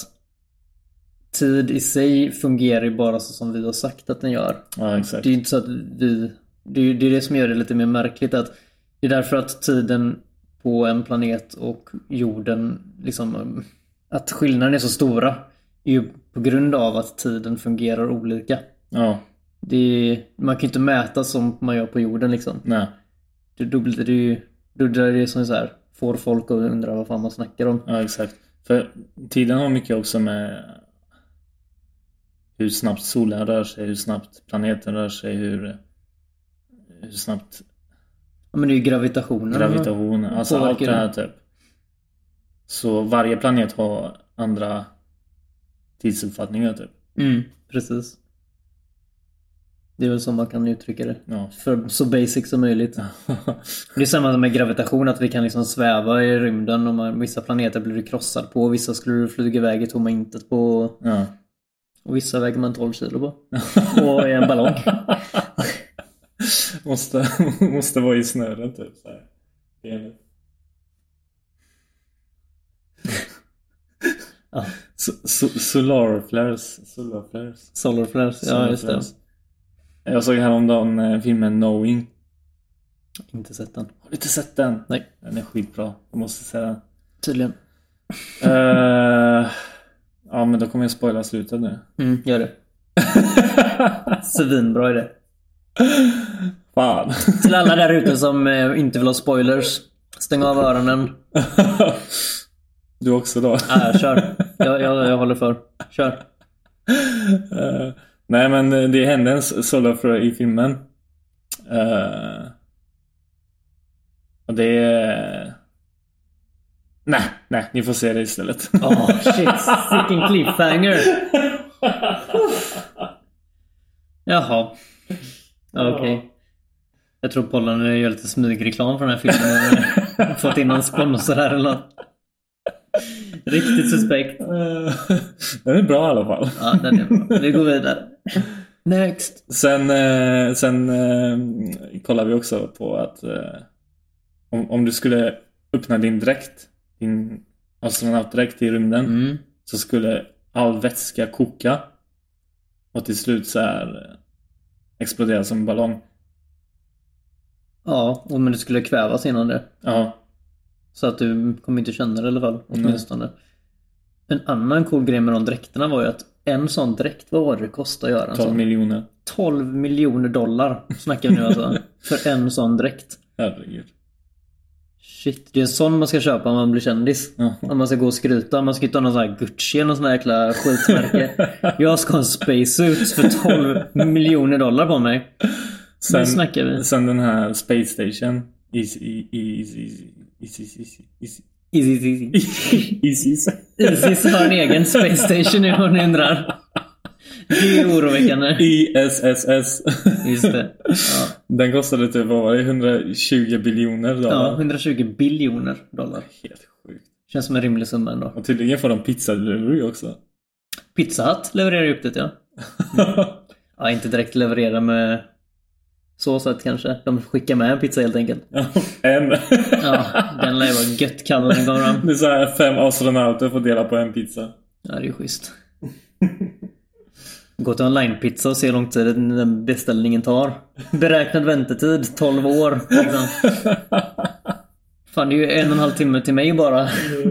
tid i sig fungerar ju bara så som vi har sagt att den gör. Ja, exakt. Det är inte så att vi... Det är, det är det som gör det lite mer märkligt. Att det är därför att tiden på en planet och jorden liksom... Att skillnaden är så stora är ju på grund av att tiden fungerar olika. Ja. Det är, man kan ju inte mäta som man gör på jorden liksom. Nej. Det, då blir det ju... Då är det som så här... Får folk att undra vad fan man snackar om. Ja, exakt. För tiden har mycket också med... hur snabbt solen rör sig, hur snabbt planeten rör sig, hur, hur snabbt... Ja, men det är ju gravitationen. Gravitationen, alltså allt det här typ. Så varje planet har andra tidsuppfattningar typ. Mm, precis. Det är väl så man kan uttrycka det. Ja. För så basic som möjligt. Det är samma med gravitation, att vi kan liksom sväva i rymden och man, vissa planeter blir du krossad på, vissa skulle du flyga iväg i tomma intet på. Ja. Och vissa väger man tolv kilo på. Och i en ballong. måste, måste vara i snören typ så här. Ja. Solar flares. Solar flares. Solar flares, ja just det. Jag såg häromdagen eh, filmen Knowing. Inte sett den. Har du inte sett den? Nej. Den är skitbra, jag måste säga den. Tydligen. uh, Ja, men då kommer jag spoila slutet nu. Mm, gör det. Svinbra är det. Fan. Till alla där ute som eh, inte vill ha spoilers, stäng av öronen. Du också då? Ja, kör. Jag, jag, jag håller för. Kör. Uh, nej, men det hände en soloflare i filmen. Uh, och det är... Nej, nej, ni får se det istället. Åh, oh, shit. Sicken cliffhanger. Jaha. Okej. Okay. Jag tror Pollen gör lite smygreklam för den här filmen. Fått in någon sponsor här eller något. Riktigt suspekt. Den är bra i alla fall. Ja, den är bra. Vi går vidare. Next. Sen, eh, sen eh, kollar vi också på att eh, om, om du skulle öppna din dräkt, din astronautdräkt i rymden, mm. så skulle all vätska koka och till slut så här explodera som en ballong. Ja, men det skulle kvävas innan det. Ja. Så att du kommer inte känna det i alla fall, åtminstone. Mm. En annan cool grej med de dräkterna var ju att en sån dräkt, vad var det det kostade att göra? En tolv sån? miljoner. tolv miljoner dollar snackar vi nu alltså. För en sån dräkt. Herregud. Shit, det är en sån man ska köpa om man blir kändis. Mm. Om man ska gå och skryta. Man ska inte ha någon sån här Gucci eller någon sån här jäkla skitmärke. Jag ska ha en spacesuit för tolv miljoner dollar på mig. Sen snackar vi. Sen den här Space Station. Easy, easy, easy, easy, easy. Easy, easy. Isis. Isis har en egen Space Station nu om ni undrar. Det är oroväckande. I S S S. Just det. Ja. Den kostade typ, vad var det? hundratjugo biljoner dollar. Ja, hundratjugo biljoner dollar. Helt sjukt. Känns som en rimlig summa ändå. Och tydligen får de pizza delivery också. Pizza Hut levererar upp det, ja. Mm. Ja, inte direkt leverera med så sätt kanske. De skickar med en pizza helt enkelt. Ja, en. Ja, den lär ju vara gött kall när den kommer fram. Det är så här fem astronauter får dela på en pizza. Ja, det är ju schysst. Gå till online-pizza och se hur lång tid den beställningen tar. Beräknad väntetid, tolv år. Liksom. Fan, det är ju en och en halv timme till mig bara.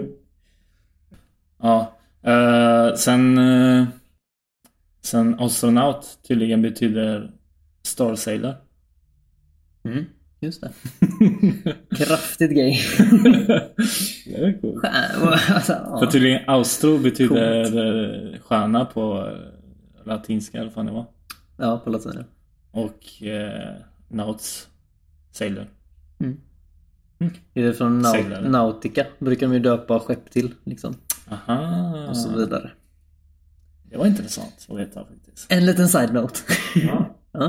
Ja. Uh, sen, uh, sen astronaut tydligen betyder Star Sailor. Mm, just det. Kraftigt gay. Det är coolt. Alltså, ja. För tydligen Austro betyder coolt. Stjärna på latinska i alla fall det var. Ja, på latin. Och eh, Nauts Sailor. Mm. Mm. Det är från Naut- Nautica. Brukar de ju döpa skepp till liksom. Aha. Och så vidare. Det var intressant att veta faktiskt. En liten side note. Ja. Ja.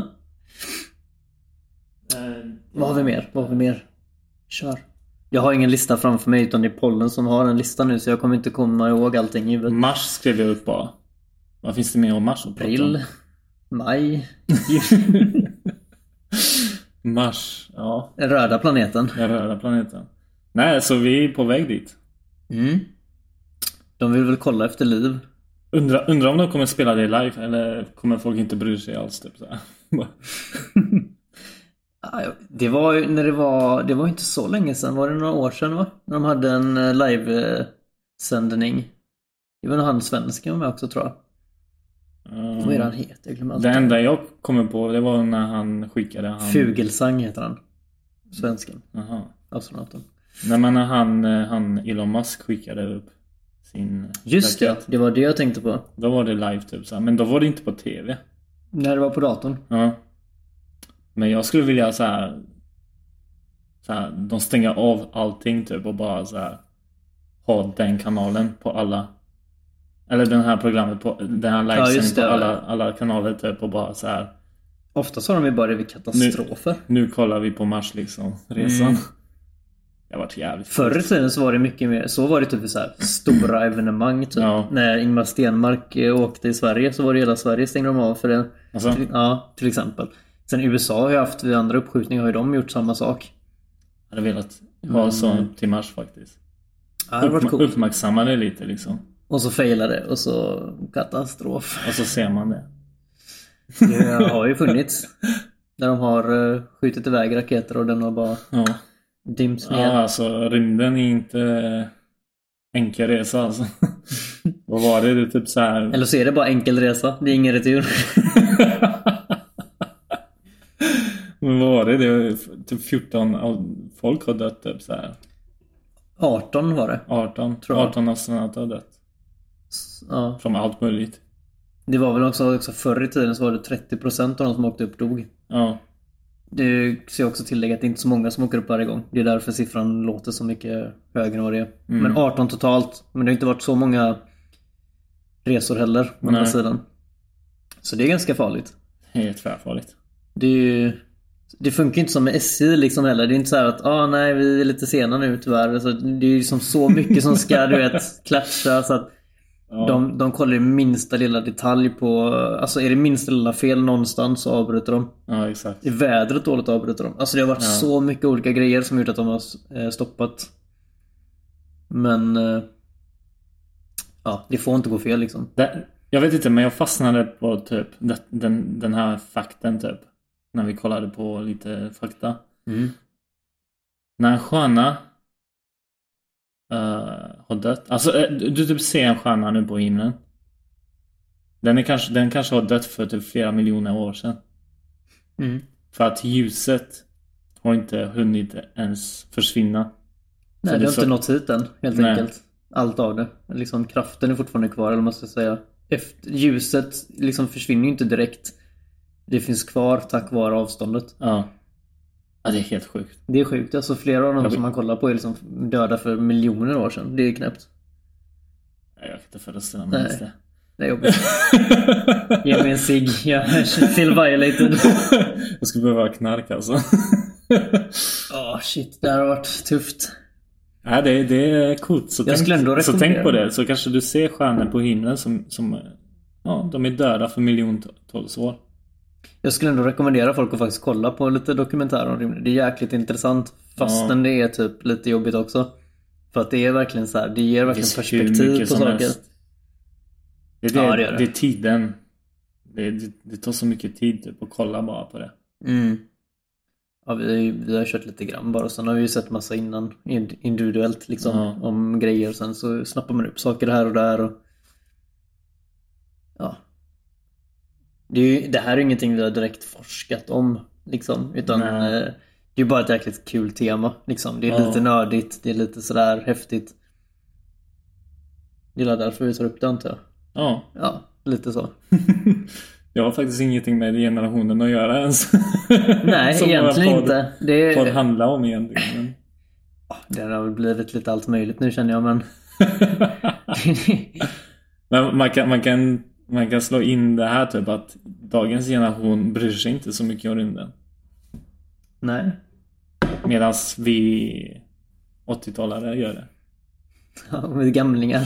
Uh, Vad har vi mer? Vad har vi mer? Kör. Jag har ingen lista framför mig utan det är Pollen som har en lista nu så jag kommer inte komma ihåg allting i huvudet. Mars skrev jag upp bara. Vad finns det mer om Mars? April, maj. Mars, ja. Den röda planeten. Den röda planeten. Nej, så vi är på väg dit. Mm. De vill väl kolla efter liv. Undrar undra om de kommer spela det live eller kommer folk inte bry sig alls typ så här. Det var ju när det var det var inte så länge sedan, var det några år sedan va? När de hade en live-sändning. Det var nog han svensken med också tror jag. Um, Vad är det han heter? Jag glömmer det enda jag kommer på det var när han skickade han... Fugelsang heter han. Svensken. Jaha. Astronauten. Nej men när han, han Elon Musk skickade upp sin just raket. Det, det var det jag tänkte på. Då var det live typ så här. Men då var det inte på tv. När det var på datorn. Ja. Men jag skulle vilja så här, så här de stänger av allting typ och bara så här ha den kanalen på alla. Eller den här programmet på den här livesändningen ja, på alla, alla kanaler typ och bara så här. Ofta så har de ju bara vid katastrofer. Nu, nu kollar vi på Mars liksom, resan. Mm. Det har varit jävligt. Förr i tiden så var det mycket mer, så var det typ så här stora evenemang typ. Ja. När Ingmar Stenmark åkte i Sverige så var det hela Sverige stängde de av för det. Alltså? Ja, till exempel. Sen U S A har ju haft vid andra uppskjutningar har ju de gjort samma sak. Jag hade velat ha mm. så till Mars faktiskt. Ja, det var Uppma- coolt. Uppmärksamma det lite liksom. Och så failar det och så katastrof. Och så ser man det. Det har ju funnits. Där de har uh, skjutit iväg raketer och den har bara ja. dimps ner. Ja, alltså rymden är inte enkel resa alltså. Vad var det? Det typ så här. Eller så är det bara enkel resa. Det är ingen retur. Men vad var det? Det var typ fjorton folk har dött typ så här. arton var det. arton tror jag. arton astronauter har dött. Ja. Från allt möjligt. Det var väl också, också förr i tiden så var det trettio procent av de som åkte upp dog. Ja. Det ska jag också tillägga att det är inte så många som åker upp varje gång. Det är därför siffran låter så mycket högre än vad det är. Mm. Men arton totalt. Men det har inte varit så många resor heller på andra sidan. Så det är ganska farligt. Det är tvärfarligt. Det är ju... Det funkar inte som med S J liksom heller. Det är inte så här att ah, nej, vi är lite sena nu tyvärr. Alltså, det är ju liksom så mycket som ska du vet klatscha så att ja. de, de kollar ju minsta lilla detalj på, alltså är det minsta lilla fel någonstans så avbryter de. Ja, exakt. I vädret dåligt avbryter de. Alltså det har varit ja. så mycket olika grejer som gjort att de har stoppat. Men ja, det får inte gå fel liksom. Det, jag vet inte, men jag fastnade på typ den, den här fakten typ. När vi kollade på lite fakta. Mm. När en stjärna uh, har dött. Alltså uh, du, du typ ser en stjärna nu på himlen. Den, är kanske, den kanske har dött för typ flera miljoner år sedan. Mm. För att ljuset har inte hunnit ens försvinna. Nej, det har så... inte nått hit än, helt Nej. enkelt. Allt av det. Liksom, kraften är fortfarande kvar, eller vad man ska säga. Efter, ljuset liksom försvinner ju inte direkt. Det finns kvar tack vare avståndet. Ja. Ja, det är helt sjukt. Det är sjukt. Alltså flera av dem som man kollar på är liksom döda för miljoner år sedan. Det är knäppt. Jag kan inte föreställa mig ens det. Det är jobbigt. Ge mig en cigg. Jag feel violated. Jag skulle behöva knark alltså. Åh oh, shit, det här har varit tufft. Ja, det, det är coolt. Så, jag tänk, ändå så tänk på det. Så kanske du ser stjärnor på himlen som, som ja, de är döda för miljontals år. Jag skulle ändå rekommendera folk att faktiskt kolla på lite dokumentärer om rymden. Det är jäkligt intressant. Fastän ja. det är typ lite jobbigt också. För att det är verkligen så här, det ger verkligen det perspektiv på saker. Helst. Det är, det, ja, det, är det. det är tiden. Det, det, det tar så mycket tid typ, att kolla bara på det. Mm. Ja, vi, vi har kört lite grann bara. Sen har vi ju sett massa innan individuellt liksom, ja. om grejer. Sen så snappar man upp saker här och där. Och... Ja. Det, är ju, det här är ingenting vi har direkt forskat om liksom, utan eh, det är ju bara ett jäkligt kul tema liksom. Det är ja. lite nördigt, det är lite sådär häftigt. Det är därför vi tar upp det, antar jag. Ja. Ja, lite så. Jag har faktiskt ingenting med generationen att göra ens. Nej, egentligen inte. Det får handla om egentligen. Det har väl blivit lite allt möjligt nu, känner jag, men... men man kan, man kan man kan slå in det här typ att dagens generation bryr sig inte så mycket om rymden. Nej. Medan vi åttiotalare gör det. Ja, med gamlingar.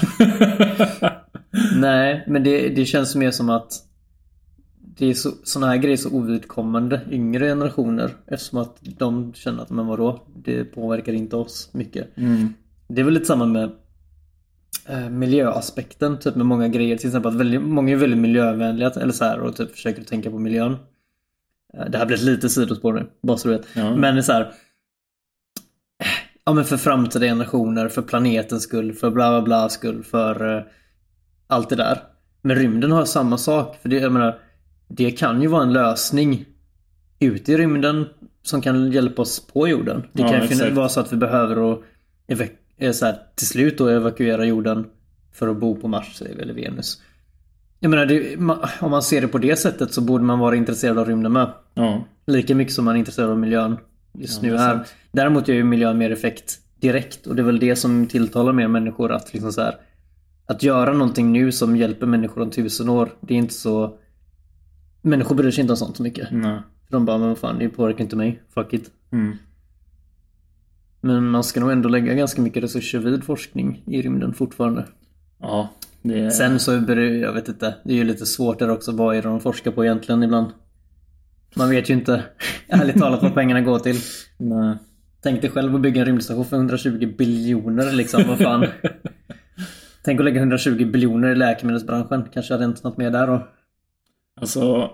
Nej, men det, det känns mer som att det är så, såna här grejer är så ovidkommande yngre generationer, eftersom att de känner att men vadå, det påverkar inte oss mycket. Mm. Det är väl lite samma med eh, miljöaspekten, typ med många grejer, till exempel att väldigt, många är väldigt miljövänliga eller så här, och typ försöker tänka på miljön. Eh, det här blir lite sidospår nu, bara så du vet. Ja. Men det är så här, ja, men för framtida generationer, för planetens skull, för bla bla bla skull, för eh, allt det där. Men rymden har samma sak, för det, jag menar, det kan ju vara en lösning ute i rymden som kan hjälpa oss på jorden. Det ja, kan ju vara så att vi behöver och evaku- så här, till slut då evakuera jorden för att bo på Mars eller Venus. Jag menar, det, om man ser det på det sättet så borde man vara intresserad av rymden med. Ja. Lika mycket som man är intresserad av miljön just ja, nu här. Sant. Däremot gör ju miljön mer effekt direkt, och det är väl det som tilltalar mer människor, att liksom så här, att göra någonting nu som hjälper människor om tusen år. Det är inte så... Människor bryr sig inte om sånt så mycket. Nej. De bara, men vad fan, det påverkar inte mig. Fuck it. Mm. Men man ska nog ändå lägga ganska mycket resurser vid forskning i rymden fortfarande. Ja, det är... Sen så är det, jag vet inte, det är ju lite svårt där också. Vad är det de forskar på egentligen ibland? Man vet ju inte, ärligt talat, vad pengarna går till. Nej. Tänk dig själv att bygga en rymdstation för hundratjugo biljoner liksom, vad fan. Tänk att lägga hundratjugo biljoner i läkemedelsbranschen. Kanske hade inte något mer där då. Alltså...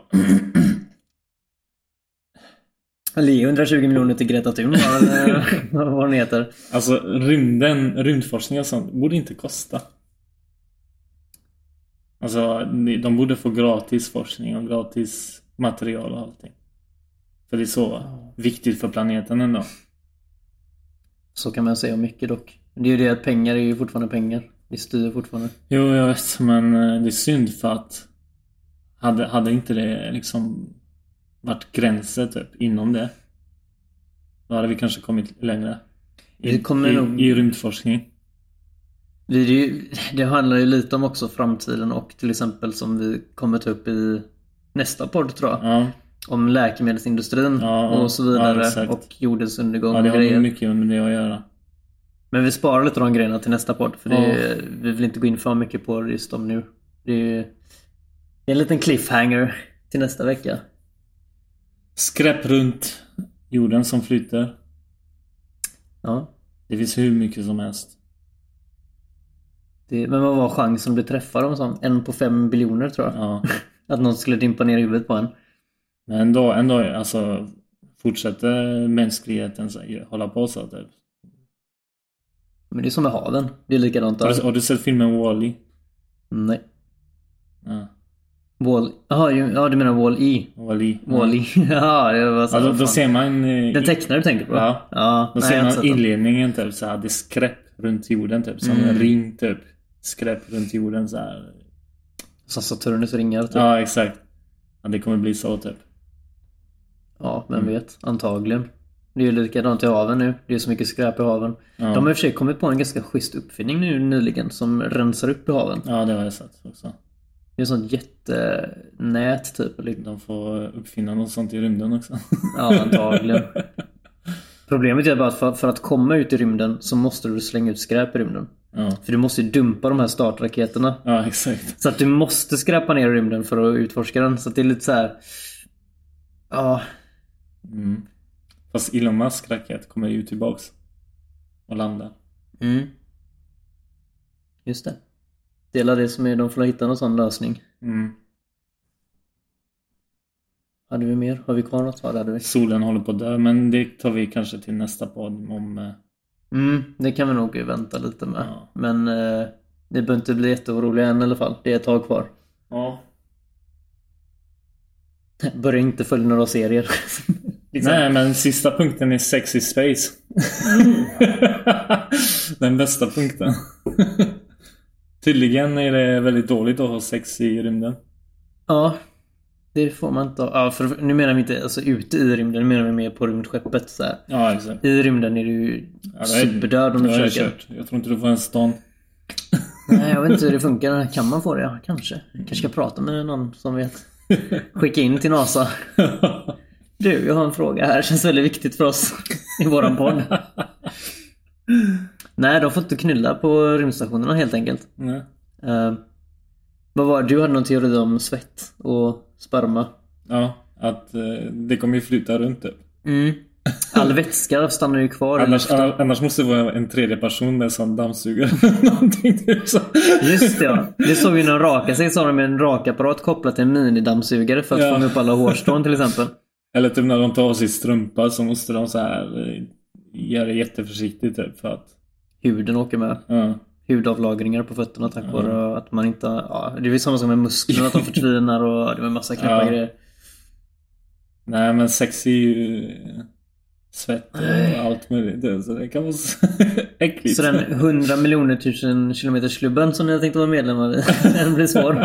Eller ge hundratjugo miljoner till Greta Thunberg. Eller vad hon heter. Alltså rymden, rymdforskning och sånt borde inte kosta. Alltså de borde få gratis forskning och gratis material och allting. För det är så viktigt för planeten ändå. Så kan man säga mycket dock. Det är ju det att pengar är ju fortfarande pengar. Det styr fortfarande. Jo, jag vet, men det är synd för att hade, hade inte det liksom varit gränser typ inom det, då hade vi kanske kommit längre i, det kommer i, nog... i rymdforskning. Det, är ju, det handlar ju lite om också framtiden och till exempel som vi kommer ta upp i nästa podd tror jag. Ja. Om läkemedelsindustrin ja, och så vidare ja, och jordens undergång. Ja, det och har grejer. mycket med det att göra. Men vi sparar lite av de grejerna till nästa podd. För det är, ja. vi vill inte gå in för mycket på just dem nu. Det är, det är en liten cliffhanger till nästa vecka. Skräp runt jorden som flyter. Ja. Det finns hur mycket som helst. Det, men vad var chansen att bli träffad om sånt? En på fem biljoner tror jag. Ja. Att någon skulle dimpa ner huvudet på en. Men ändå, ändå alltså fortsätter mänskligheten så, hålla på så typ. Men det är som med haven. Det är likadant där. Har du, har du sett filmen Wall-E? Nej. Ja. Wall... Aha, ja, du menar Wall-E. Wall-E. Wall-E. Ja, det var så. Ja, då, då ser man... Eh, den tecknar du tänker på? Ja. Ja. Då Nej, ser man man inledningen typ så här, det skräp runt jorden typ. Som Mm. en ring typ. Skräp runt jorden så här. Som Saturnus ringar typ. Ja, exakt. Ja, det kommer bli så typ. Ja, vem Mm. vet. Antagligen. Det är ju likadant i haven nu. Det är så mycket skräp i haven. Ja. De har i och för sig kommit på en ganska schysst uppfinning nu nyligen som rensar upp i haven. Ja, det har jag sett också. Det är sånt jättenät typ. Eller... De får uppfinna något sånt i rymden också. Ja, antagligen. Problemet är bara att för, för att komma ut i rymden så måste du slänga ut skräp i rymden. Ja, För du måste ju dumpa de här startraketerna. ja exakt. Så att du måste skräpa ner i rymden för att utforska den. Så att det är lite så här. Ja, Mm. Fast Elon Musk raket kommer ju tillbaks och landar. mm. Just det. Dela det som är, de får hitta någon sån lösning. Mm. Hade vi mer? Har vi kvar något? Ja, det hade vi. Solen håller på att dö, men det tar vi kanske till nästa podd om... eh, Mm, det kan vi nog vänta lite med. Ja. Men eh, det bör inte bli jätteoroliga än i alla fall. Det är ett tag kvar. Ja. Börja inte följa några serier. Liksom. Nej, men sista punkten är sex i space. Den bästa punkten. Tydligen är det väldigt dåligt att ha sex i rymden. Ja, det får man inte ha. Ja, för nu menar vi inte alltså, ute i rymden. Nu menar vi mer på rymdskeppet. Så här. Ja, exakt. I rymden är du Ja, det är- superdöd om du Jag har försöker. kört. Jag tror inte du får en stånd. Nej, jag vet inte hur det funkar. Kan man få det? Ja, kanske. Kanske ska prata med någon som vet. Skicka in till NASA. Du, jag har en fråga här. Det känns väldigt viktigt för oss i våran podd. Nej, de får inte knulla på rymdstationerna helt enkelt. Nej. Uh, vad var du hade någon teori om svett och sperma? Ja, att eh, det kommer ju flytta runt typ. Mm. All vätska stannar ju kvar i Annars, luften. annars måste det vara en tredje person med sån dammsugare. Någonting typ så. Just det, ja. Det såg vi någon raka sig så har de en rakapparat kopplat till en minidammsugare för att Ja. fånga upp alla hårstrån till exempel. Eller typ när de tar av sig strumpa så måste de så här eh, göra det jätteförsiktigt typ för att... Huden åker med. Ja. Hudavlagringar på fötterna tack vare att man inte... Ja, det är ju samma som med musklerna att de förtvinar och det är en massa knäppa Ja. grejer. Nej, men sex är ju svett och Nej. allt möjligt. Så det kan vara så äckligt. Så den hundra miljoner tusen kilometers klubben som jag tänkte vara medlemmar i, den blir svår.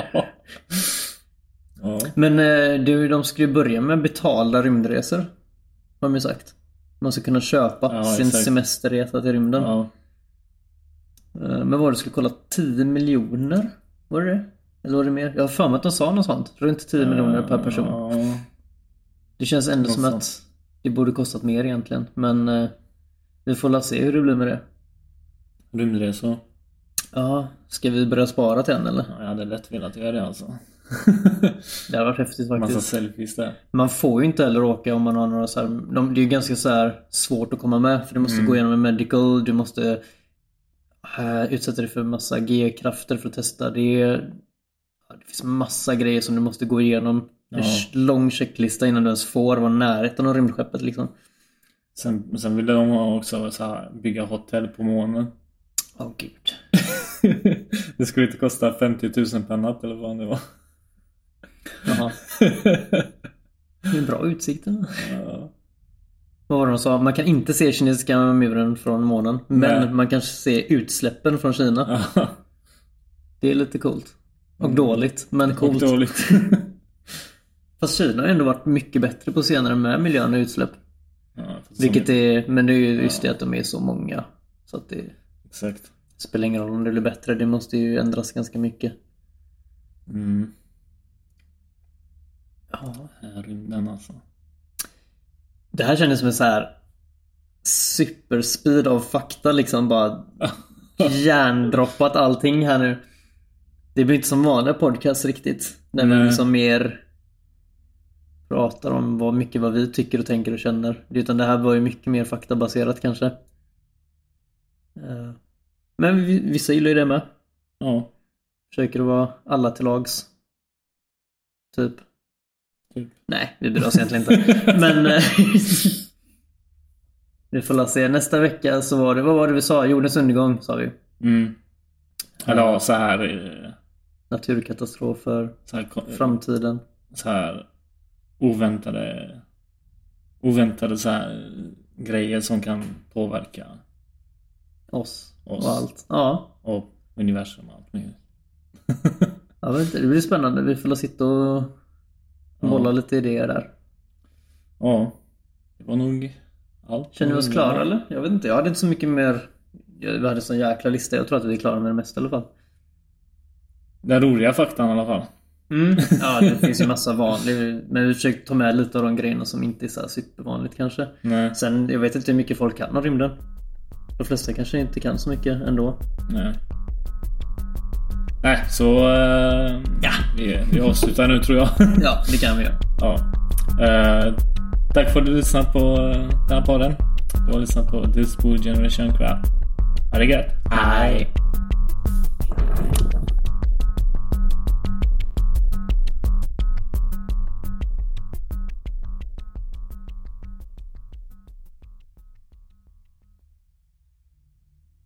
Ja. Men eh, du, de skulle ju börja med betalda rymdresor. Har de ju sagt. Man ska kunna köpa Ja, sin exakt. semesterresa till rymden. Ja. Eh, Men vad var det, skulle kolla tio miljoner? Var det det? Eller var det mer? Jag har för mig att de sa något sånt. Runt tio miljoner per person. Ja. Det känns ändå Något som sånt. att det borde kostat mer egentligen. Men eh, vi får la se hur det blir med det. Rymdresor. Ja, ska vi börja spara till en eller? Ja, jag hade lätt velat göra det alltså. Det har varit häftigt Massa faktiskt. selfies där. Man får ju inte heller åka om man har några så här, de, det är ju ganska så här svårt att komma med. För du måste Mm. gå igenom en medical, du måste Uh, utsätter dig för massa G-krafter för att testa. Det, är, ja, det finns massa grejer som du måste gå igenom. Ja. En lång checklista innan du ens får vara närheten av rymdskeppet liksom. Sen, sen ville de också så här, bygga hotell på månen. Åh oh, gud. Det skulle inte kosta femtio tusen per natt eller vad det var. Jaha. Det är bra utsikt. Ja. Vad var det de sa? Man kan inte se kinesiska muren från månen. Men Nej. Man kan se utsläppen från Kina. Ja. Det är lite coolt. Och mm. dåligt, men coolt. Och dåligt. Fast Kina har ändå varit mycket bättre på senare med miljön och utsläpp. Ja, Vilket är, men det är ju just ja. det att de är så många. Så att det Exakt. spelar ingen roll om det blir bättre. Det måste ju ändras ganska mycket. Mm. Ja. Här rymden alltså. Det här kändes som en så här superspeed av fakta liksom. Bara hjärndroppat allting här nu. Det blir inte som vanliga podcast riktigt. Där vi liksom mer pratar om vad mycket vad vi tycker och tänker och känner. Utan det här var ju mycket mer faktabaserat kanske. Men vissa gillar ju det med. Ja. Försöker att vara alla till lags. Typ. Typ. Nej, vi bryr oss egentligen inte. Men vi får la se. Nästa vecka så var det, vad var det vi sa? Jordens undergång sa vi. Mm. Eller så här naturkatastrofer, så här, framtiden. Så här oväntade oväntade så här grejer som kan påverka oss, oss. och allt. Ja. Och universum och allt möjligt. Jag vet inte, det blir spännande. Vi får sitta och bolla ja. lite idéer där. Ja, det var nog allt. Känner vi oss klara eller? Jag vet inte, jag hade inte så mycket mer. Vi hade sån jäkla lista. Jag tror att vi är klara med det mesta i alla fall. Den roliga faktan i alla fall. Mm. Ja, det finns ju massa vanligt. Men vi försöker ta med lite av de grejerna som inte är så här supervanligt kanske. Nej. Sen, jag vet inte hur mycket folk kan om rymden. De flesta kanske inte kan så mycket ändå. Nej. Nej, så uh, ja. vi, vi avslutar nu tror jag. Ja, det kan vi göra. Ja. Uh, tack för att du lyssnade på den här podden. Du har lyssnat på This Boot Generation Crap. Ha det gött. Hej.